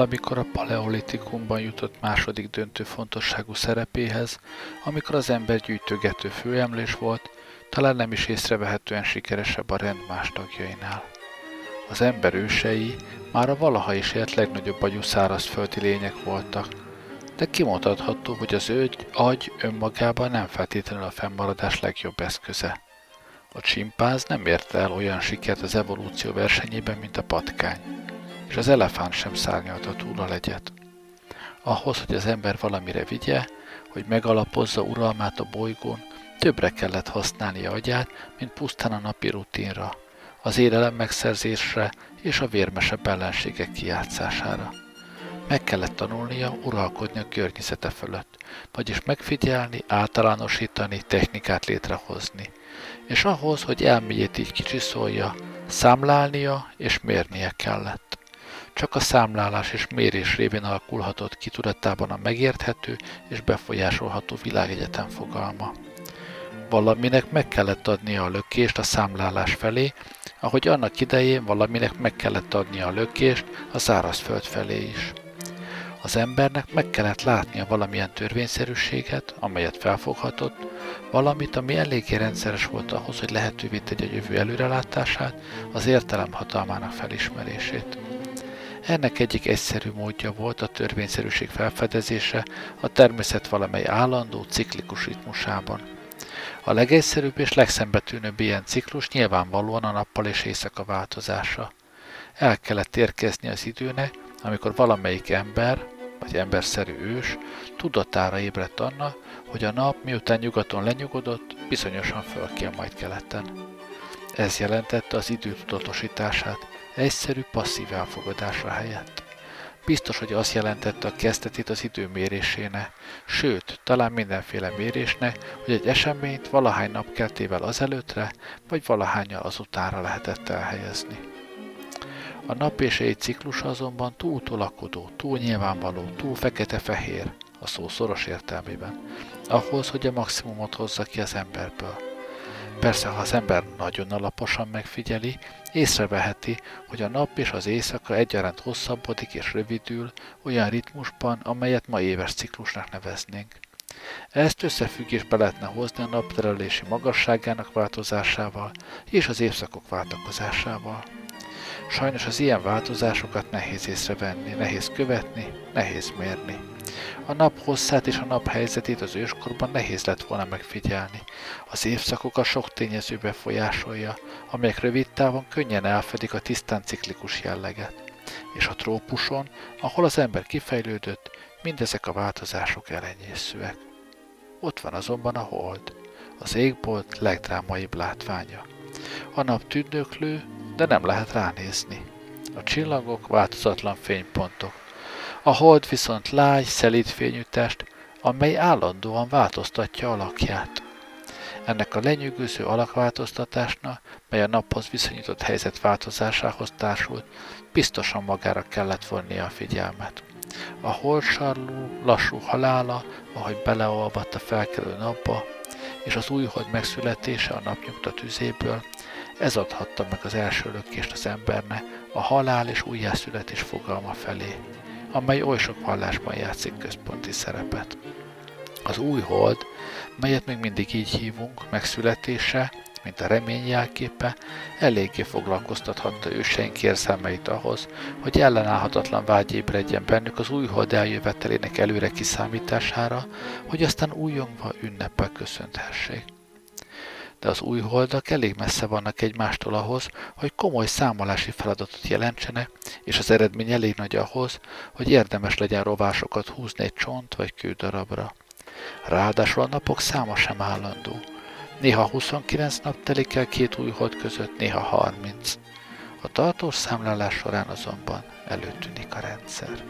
valamikor a paleolitikumban jutott második döntő fontosságú szerepéhez, amikor az ember gyűjtögető főemlés volt, talán nem is észrevehetően sikeresebb a rend más tagjainál. Az ember ősei már a valaha is élt legnagyobb agyú szárazföldi lények voltak, de kimondható, hogy az agy önmagában nem feltétlenül a fennmaradás legjobb eszköze. A csimpánz nem érte el olyan sikert az evolúció versenyében, mint a patkány, és az elefánt sem szárnyalta túl a legyet. Ahhoz, hogy az ember valamire vigye, hogy megalapozza uralmát a bolygón, többre kellett használnia agyát, mint pusztán a napi rutinra, az élelem megszerzésre és a vérmesebb ellenségek kijátszására. Meg kellett tanulnia uralkodni a környezete fölött, vagyis megfigyelni, általánosítani, technikát létrehozni. És ahhoz, hogy elméjét így kicsiszolja, számlálnia és mérnie kellett. Csak a számlálás és mérés révén alakulhatott ki tudatában a megérthető és befolyásolható világegyetem fogalma. Valaminek meg kellett adnia a lökést a számlálás felé, ahogy annak idején valaminek meg kellett adnia a lökést a szárazföld felé is. Az embernek meg kellett látnia valamilyen törvényszerűséget, amelyet felfoghatott, valamit, ami eléggé rendszeres volt ahhoz, hogy lehetővé tegye a jövő előrelátását, az értelem hatalmának felismerését. Ennek egyik egyszerű módja volt a törvényszerűség felfedezése a természet valamely állandó, ciklikus ritmusában. A legegyszerűbb és legszembetűnőbb ilyen ciklus nyilvánvalóan a nappal és éjszaka változása. El kellett érkezni az időnek, amikor valamelyik ember, vagy emberszerű ős tudatára ébredt annak, hogy a nap miután nyugaton lenyugodott, bizonyosan föl kell majd keleten. Ez jelentette az idő tudatosítását, egyszerű passzív elfogadásra helyett. Biztos, hogy azt jelentette a kezdetét az idő mérésének, sőt, talán mindenféle mérésnek, hogy egy eseményt valahány napkeltével azelőttre, vagy valahánnyal azutánra lehetett elhelyezni. A nap és éj ciklusa azonban túl tolakodó, túl nyilvánvaló, túl fekete-fehér, a szó szoros értelmében, ahhoz, hogy a maximumot hozza ki az emberből. Persze, ha az ember nagyon alaposan megfigyeli, észreveheti, hogy a nap és az éjszaka egyaránt hosszabbodik és rövidül olyan ritmusban, amelyet ma éves ciklusnak neveznénk. Ezt összefüggésbe lehetne hozni a napterelési magasságának változásával és az évszakok váltakozásával. Sajnos az ilyen változásokat nehéz észrevenni, nehéz követni, nehéz mérni. A nap hosszát és a nap helyzetét az őskorban nehéz lett volna megfigyelni. Az évszakokat sok tényező befolyásolja, amelyek rövid távon könnyen elfedik a tisztán ciklikus jelleget. És a trópuson, ahol az ember kifejlődött, mindezek a változások elenyészőek. Ott van azonban a hold, az égbolt legdrámaibb látványa. A nap tündöklő, de nem lehet ránézni. A csillagok változatlan fénypontok. A hold viszont lágy, szelíd fényű test, amely állandóan változtatja alakját. Ennek a lenyűgöző alakváltoztatásnak, mely a naphoz viszonyított helyzet változásához társult, biztosan magára kellett vonnia a figyelmet. A holdsarló, lassú halála, ahogy beleolvadt a felkelő napba, és az új hold megszületése a napnyugta tüzéből, ez adhatta meg az első lökést az embernek a halál és újjászületés fogalma felé, amely oly sok vallásban játszik központi szerepet. Az új hold, melyet még mindig így hívunk, megszületése, mint a remény jelképe, eléggé foglalkoztathatta őseink érzelmeit ahhoz, hogy ellenállhatatlan vágy ébredjen bennük az új hold eljövetelének előre kiszámítására, hogy aztán újongva ünneppel köszönthessék. De az új holdak elég messze vannak egymástól ahhoz, hogy komoly számolási feladatot jelentsenek, és az eredmény elég nagy ahhoz, hogy érdemes legyen rovásokat húzni egy csont vagy kődarabra. Ráadásul a napok száma sem állandó. Néha 29 nap telik el két új hold között, néha 30. A tartós számlálás során azonban előtűnik a rendszer.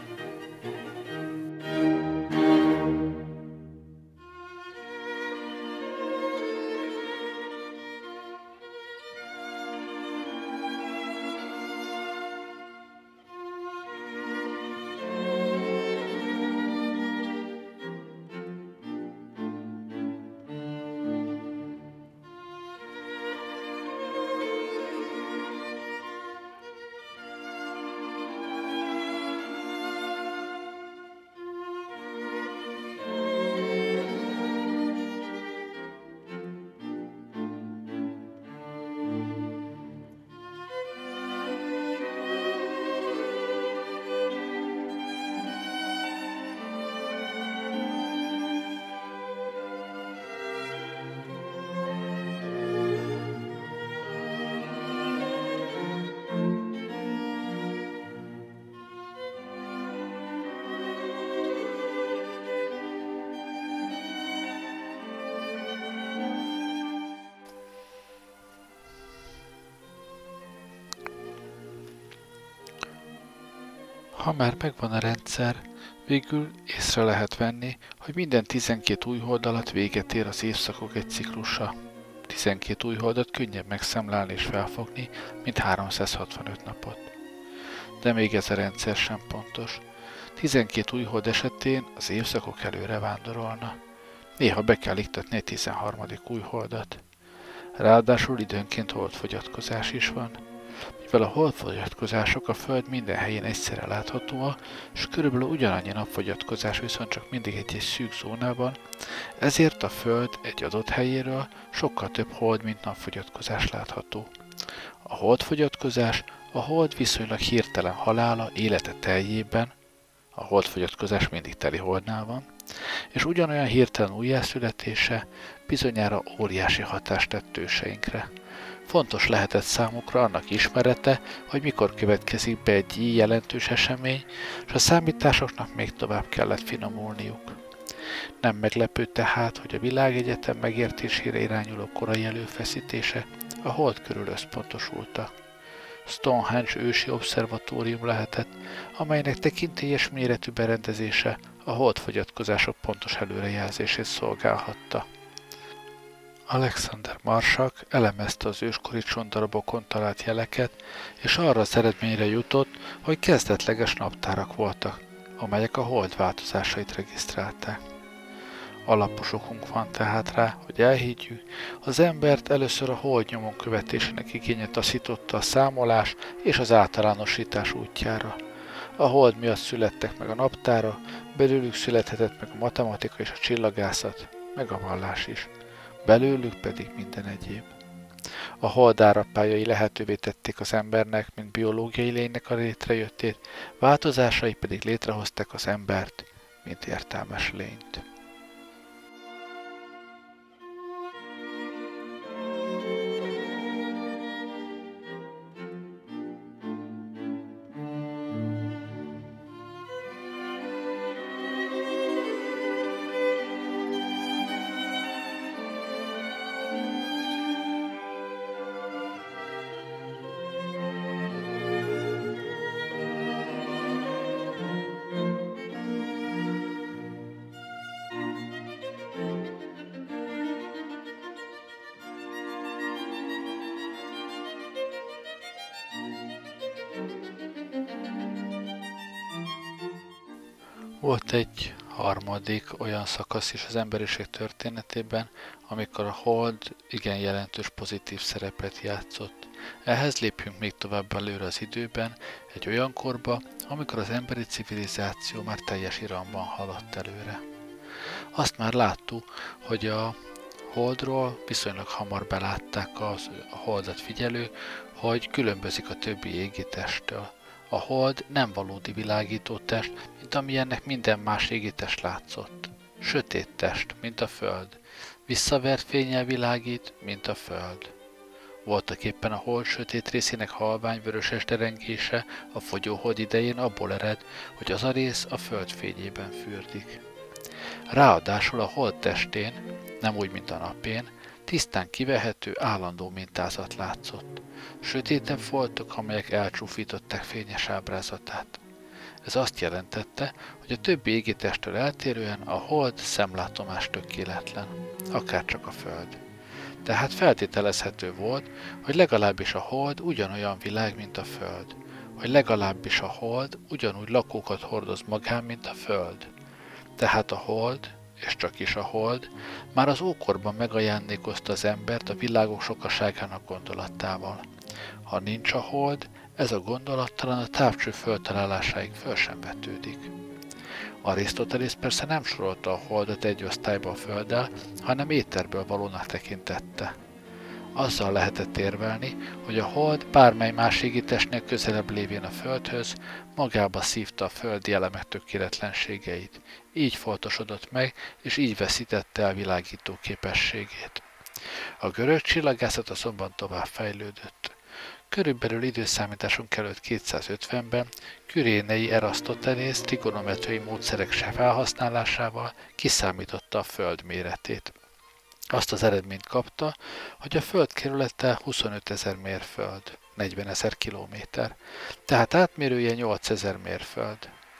Ha már megvan a rendszer, végül észre lehet venni, hogy minden 12 újhold alatt véget ér az évszakok egy ciklusa. 12 újholdat könnyebb megszámlálni és felfogni, mint 365 napot. De még ez a rendszer sem pontos. 12 újhold esetén az évszakok előre vándorolna. Néha be kell iktatni egy 13. újholdat. Ráadásul időnként holdfogyatkozás is van. Mivel a holdfogyatkozások a Föld minden helyén egyszerre láthatóak, és körülbelül ugyanannyi napfogyatkozás viszont csak mindig egy szűk zónában, ezért a Föld egy adott helyéről sokkal több hold, mint napfogyatkozás látható. A holdfogyatkozás a hold viszonylag hirtelen halála élete teljében, a holdfogyatkozás mindig teli holdnál van, és ugyanolyan hirtelen újjászületése bizonyára óriási hatást tett őseinkre. Fontos lehetett számukra annak ismerete, hogy mikor következik be egy így jelentős esemény, és a számításoknak még tovább kellett finomulniuk. Nem meglepő tehát, hogy a világegyetem megértésére irányuló korai előfeszítése a hold körül összpontosultak. Stonehenge ősi obszervatórium lehetett, amelynek tekintélyes méretű berendezése a holdfogyatkozások pontos előrejelzését szolgálhatta. Alexander Marshak elemezte az őskori csontarabokon talált jeleket, és arra az eredményre jutott, hogy kezdetleges naptárak voltak, amelyek a hold változásait regisztrálták. Alapos okunk van tehát rá, hogy elhiggyük, az embert először a hold nyomon követésének igénye taszította a számolás és az általánosítás útjára. A hold miatt születtek meg a naptára, belőlük születhetett meg a matematika és a csillagászat, meg a vallás is. Belőlük pedig minden egyéb. A hold árapályai lehetővé tették az embernek, mint biológiai lénynek a létrejöttét, változásai pedig létrehozták az embert, mint értelmes lényt. Volt egy harmadik olyan szakasz is az emberiség történetében, amikor a hold igen jelentős pozitív szerepet játszott. Ehhez lépjünk még tovább előre az időben, egy olyan korba, amikor az emberi civilizáció már teljes iramban haladt előre. Azt már láttuk, hogy a holdról viszonylag hamar belátták a holdat figyelő, hogy különbözik a többi égitesttől. A hold nem valódi világítótest, mint amilyennek minden más égitest látszott. Sötét test, mint a Föld. Visszavert fénnyel világít, mint a Föld. Voltak éppen a hold sötét részének halvány vöröses derengése a fogyóhold idején abból ered, hogy az a rész a Föld fényében fürdik. Ráadásul a hold testén, nem úgy, mint a napén, tisztán kivehető, állandó mintázat látszott. Sötétebb foltok, amelyek elcsúfították fényes ábrázatát. Ez azt jelentette, hogy a többi égitesttől eltérően a hold szemlátomás tökéletlen, akárcsak a Föld. Tehát feltételezhető volt, hogy legalábbis a hold ugyanolyan világ, mint a Föld, hogy legalábbis a hold ugyanúgy lakókat hordoz magán, mint a Föld. Tehát a hold, és csak is a hold, már az ókorban megajándékozta az embert a világok sokaságának gondolatával. Ha nincs a hold, ez a gondolat talán a távcső föltalálásáig föl sem vetődik. Arisztotelész persze nem sorolta a holdat egy osztályba a Földdel, hanem éterből valónak tekintette. Azzal lehetett érvelni, hogy a hold bármely más égitestnél közelebb lévén a Földhöz, magába szívta a földi elemek tökéletlenségeit. Így foltosodott meg, és így veszítette el világító képességét. A görög csillagászat azonban tovább fejlődött. Körülbelül időszámításunk előtt 250-ben Kürénei Erasztotenész trigonometriai módszerek felhasználásával kiszámította a Föld méretét. Azt az eredményt kapta, hogy a Föld kerülete 25 000 mérföld, 40 000 kilométer, tehát átmérője 8000 mérföld,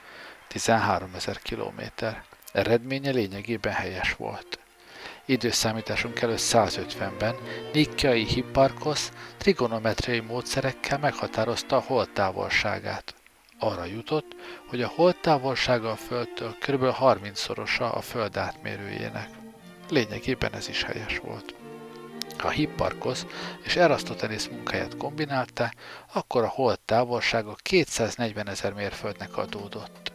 13 000 kilométer. Eredménye lényegében helyes volt. Időszámításunk előtt 150-ben Nikkei Hipparchosz trigonometriai módszerekkel meghatározta a hold távolságát. Arra jutott, hogy a hold távolsága a Földtől kb. 30-szorosa a Föld átmérőjének. Lényegében ez is helyes volt. Ha Hipparchosz és Eratosthenes munkáját kombinálta, akkor a hold távolsága 240 000 mérföldnek adódott,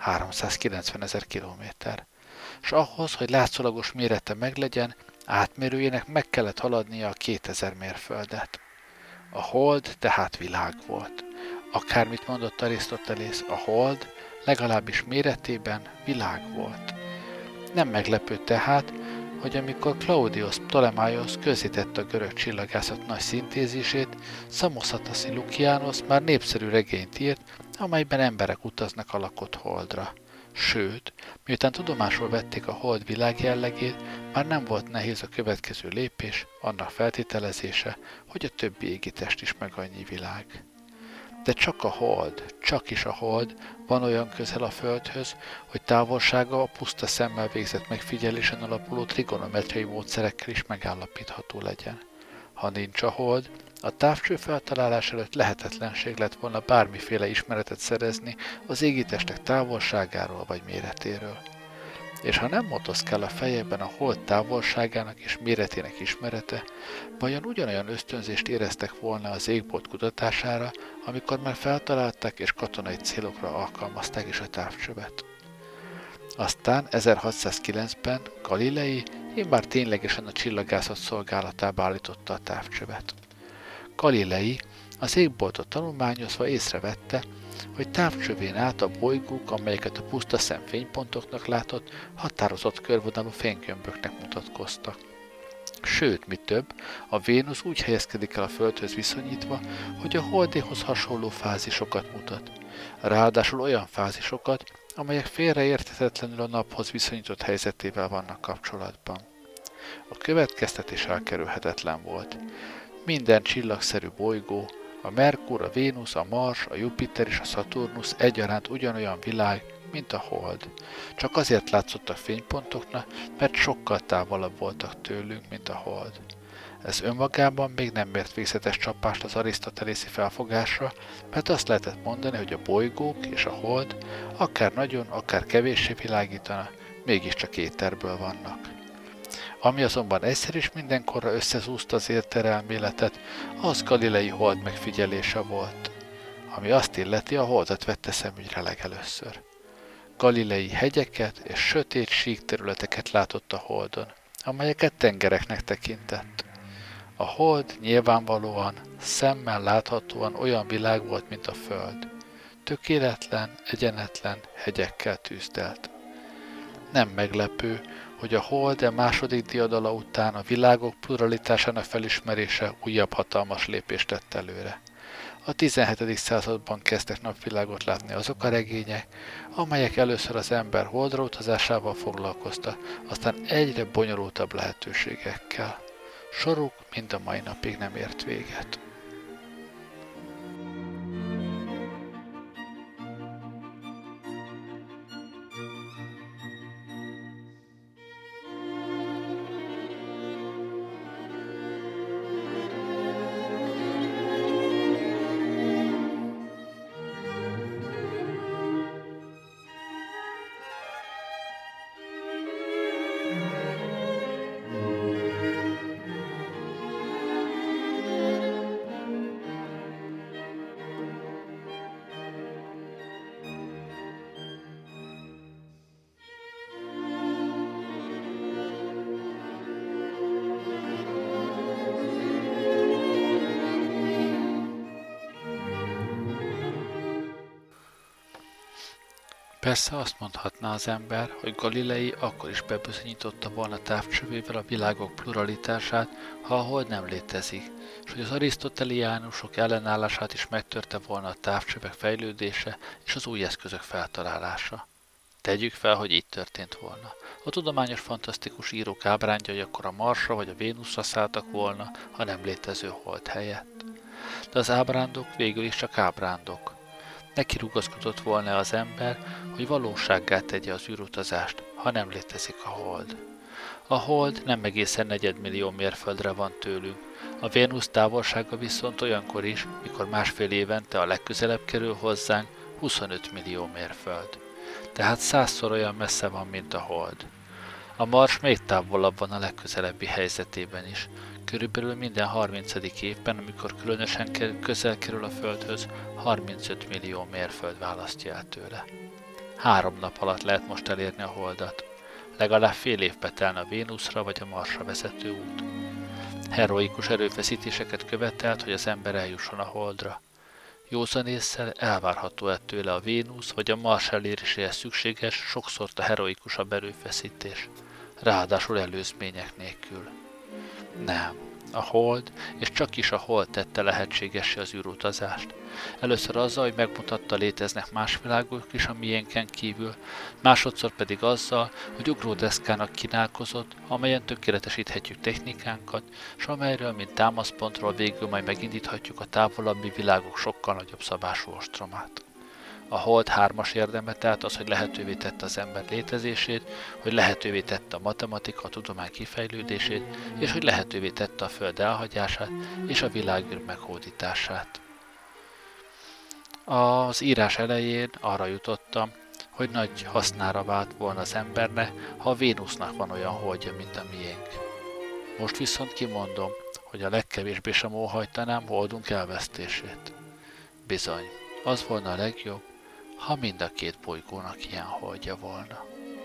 390 000 kilométer. És ahhoz, hogy látszólagos mérete meglegyen, átmérőjének meg kellett haladnia a 2000 mérföldet. A hold tehát világ volt. Akármit mondott Arisztotelész, a hold legalábbis méretében világ volt. Nem meglepő tehát, hogy amikor Claudius Ptolemaiosz közzétette a görög csillagászat nagy szintézisét, Samosatasi Lukianos már népszerű regényt írt, amelyben emberek utaznak a lakott holdra. Sőt, miután tudomásul vették a hold világ jellegét, már nem volt nehéz a következő lépés, annak feltételezése, hogy a többi égitest is meg annyi világ. De csak is a hold van olyan közel a Földhöz, hogy távolsága a puszta szemmel végzett megfigyelésen alapuló trigonometriai módszerekkel is megállapítható legyen. Ha nincs a hold, a távcső feltalálás előtt lehetetlenség lett volna bármiféle ismeretet szerezni az égitestek távolságáról vagy méretéről. És ha nem motoszkál a fejében a hold távolságának és méretének ismerete, vajon ugyanolyan ösztönzést éreztek volna az égbolt kutatására, amikor már feltalálták és katonai célokra alkalmazták is a távcsövet. Aztán 1609-ben Galilei immár ténylegesen a csillagászat szolgálatába állította a távcsövet. Galilei az égboltot tanulmányozva észrevette, hogy távcsövén át a bolygók, amelyeket a puszta szem fénypontoknak látott, határozott körvonalú fénygömböknek mutatkoztak. Sőt, mi több, a Vénusz úgy helyezkedik el a Földhöz viszonyítva, hogy a Holdéhoz hasonló fázisokat mutat. Ráadásul olyan fázisokat, amelyek félreérthetetlenül a Naphoz viszonyított helyzetével vannak kapcsolatban. A következtetés elkerülhetetlen volt. Minden csillagszerű bolygó, a Merkur, a Vénusz, a Mars, a Jupiter és a Szaturnusz egyaránt ugyanolyan világ, mint a Hold. Csak azért látszottak fénypontoknak, mert sokkal távolabb voltak tőlünk, mint a Hold. Ez önmagában még nem ért végzetes csapást az arisztotelészi felfogásra, mert azt lehetett mondani, hogy a bolygók és a Hold akár nagyon, akár kevéssé világítana, mégiscsak éterből vannak. Ami azonban egyszer is mindenkorra összezúzta az éterelméletet, az Galilei hold megfigyelése volt. Ami azt illeti, a holdat vette szemügyre legelőször. Galilei hegyeket és sötét sík területeket látott a holdon, amelyeket tengereknek tekintett. A hold nyilvánvalóan, szemmel láthatóan olyan világ volt, mint a Föld. Tökéletlen, egyenetlen hegyekkel tűzdelt. Nem meglepő, hogy a hold a második diadala után a világok pluralitásának felismerése újabb hatalmas lépést tett előre. A 17. században kezdtek napvilágot látni azok a regények, amelyek először az ember holdra utazásával foglalkoztak, aztán egyre bonyolultabb lehetőségekkel. Soruk mind a mai napig nem ért véget. Persze azt mondhatná az ember, hogy Galilei akkor is bebizonyította volna távcsövével a világok pluralitását, ha a hold nem létezik, és hogy az arisztoteliánusok ellenállását is megtörte volna a távcsövek fejlődése és az új eszközök feltalálása. Tegyük fel, hogy így történt volna. A tudományos fantasztikus írók ábrándjai akkor a Marsra vagy a Vénuszra szálltak volna a nem létező hold helyett. de az ábrándok végül is csak ábrándok. Neki rugaszkodott volna az ember, hogy valósággá tegye az űrutazást, ha nem létezik a hold. A hold nem egészen negyedmillió mérföldre van tőlünk, a Vénusz távolsága viszont olyankor is, mikor másfél évente a legközelebb kerül hozzánk, 25 millió mérföld. Tehát 100-szor olyan messze van, mint a hold. A Mars még távolabb van a legközelebbi helyzetében is. Körülbelül minden 30. évben, amikor különösen közel kerül a Földhöz, 35 millió mérföld választja el tőle. 3 nap alatt lehet most elérni a holdat. Legalább fél évbe telne a Vénuszra vagy a Marsra vezető út. Heroikus erőfeszítéseket követelt, hogy az ember eljusson a holdra. Józan ésszel elvárható tőle a Vénusz vagy a Mars eléréséhez szükséges sokszor a heroikusabb erőfeszítés, ráadásul előzmények nélkül. Nem, a hold, és csak is a hold tette lehetségessé az űrutazást. Először azzal, hogy megmutatta, léteznek más világok is a miénken kívül, másodszor pedig azzal, hogy ugródeszkának kínálkozott, amelyen tökéletesíthetjük technikánkat, s amelyről, mint támaszpontról végül majd megindíthatjuk a távolabbi világok sokkal nagyobb szabású ostromát. A hold 3-as érdeme tehát az, hogy lehetővé tette az ember létezését, hogy lehetővé tette a matematika, a tudomány kifejlődését, és hogy lehetővé tette a Föld elhagyását és a világűr meghódítását. Az írás elején arra jutottam, hogy nagy hasznára vált volna az embernek, ha a Vénusznak van olyan holdja, mint a miénk. Most viszont kimondom, hogy a legkevésbé sem óhajtanám holdunk elvesztését. Bizony, az volna a legjobb, ha mind a 2 bolygónak ilyen holdja volna.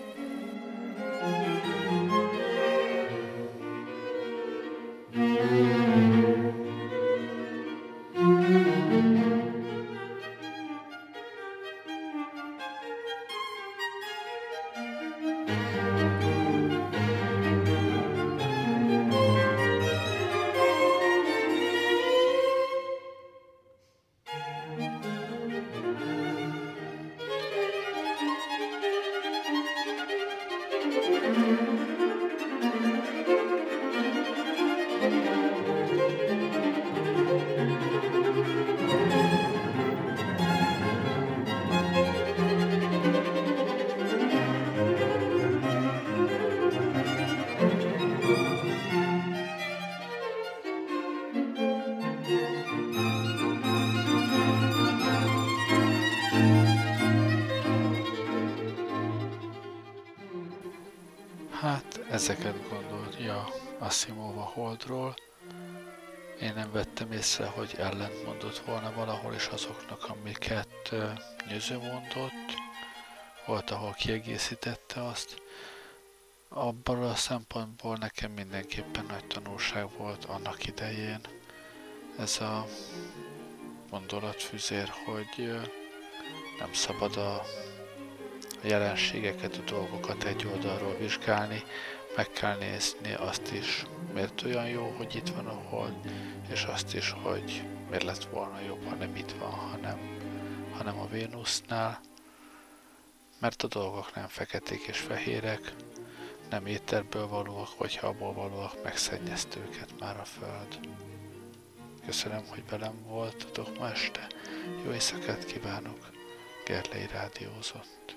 Hát ezeket gondolja Asimov a holdról. Én nem vettem észre, hogy ellent mondott volna valahol is azoknak, amiket Nyöző mondott. Volt, ahol kiegészítette azt. Abban a szempontból nekem mindenképpen nagy tanulság volt annak idején ez a gondolatfüzér, hogy nem szabad a jelenségeket, a dolgokat egy oldalról vizsgálni, meg kell nézni azt is, miért olyan jó, hogy itt van a hold, és azt is, hogy miért lett volna jobb, ha nem itt van, hanem a Vénusznál, mert a dolgok nem feketék és fehérek, nem éterből valóak, vagy ha abból valóak, megszennyezte őket már a Föld. Köszönöm, hogy velem voltatok ma este. Jó éjszakát kívánok. Gerlei rádiózott.